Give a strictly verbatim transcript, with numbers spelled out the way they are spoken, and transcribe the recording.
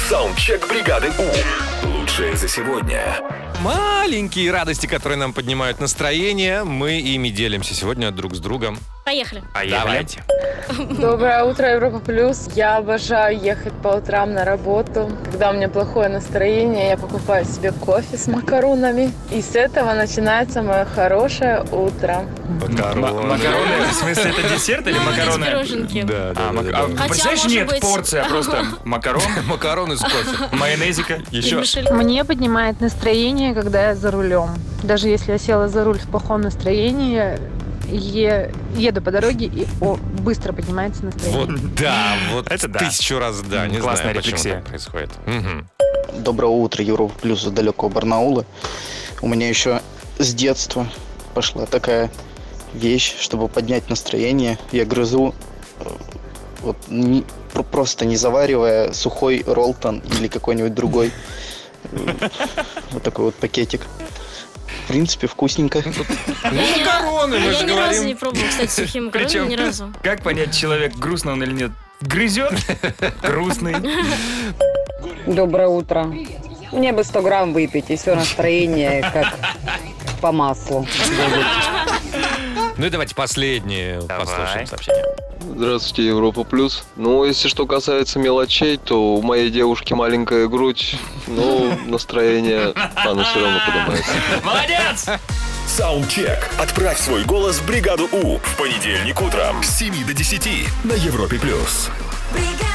Саундчек бригады У. Лучшее за сегодня. Маленькие радости, которые нам поднимают настроение, мы ими делимся сегодня друг с другом. Поехали. Давайте. Доброе утро, Европа Плюс. Я обожаю ехать по утрам на работу. Когда у меня плохое настроение, я покупаю себе кофе с макаронами. И с этого начинается мое хорошее утро. Макароны. Макароны, в смысле, это десерт или макароны? Пироженки. Да, да, А, да, мак- да, а, да. представляешь, может нет, быть. порция просто макарон, Макароны с кофе. майонезика. Еще. Мне поднимает настроение, когда я за рулем. Даже если я села за руль в плохом настроении, е- еду по дороге, и о, быстро поднимается настроение. Вот да, вот Это да. тысячу раз да. Не Классная знаю, почему рефлексия. так происходит. Мгм. Доброе утро, Европа Плюс, из далекого Барнаула. У меня еще с детства пошла такая вещь, чтобы поднять настроение. Я грызу, э, вот, не- про- просто не заваривая, сухой роллтон или какой-нибудь другой э, вот такой вот пакетик. В принципе, вкусненько. Ну, макароны, мы Я же ни разу не говорим. пробовала, кстати, сухие макароны, Причем, ни разу. как понять, человек грустный он или нет? Грызет? Грустный. Доброе утро. Мне бы сто грамм выпить, и все настроение как по маслу будет. Ну и давайте последнее Давай. послушаем сообщение. Здравствуйте, Европа Плюс. Ну, если что касается мелочей, то у моей девушки маленькая грудь, но настроение, оно все равно поднимается. Молодец! Саундчек. Отправь свой голос в бригаду У в понедельник утром с семи до десяти на Европе плюс. бригада.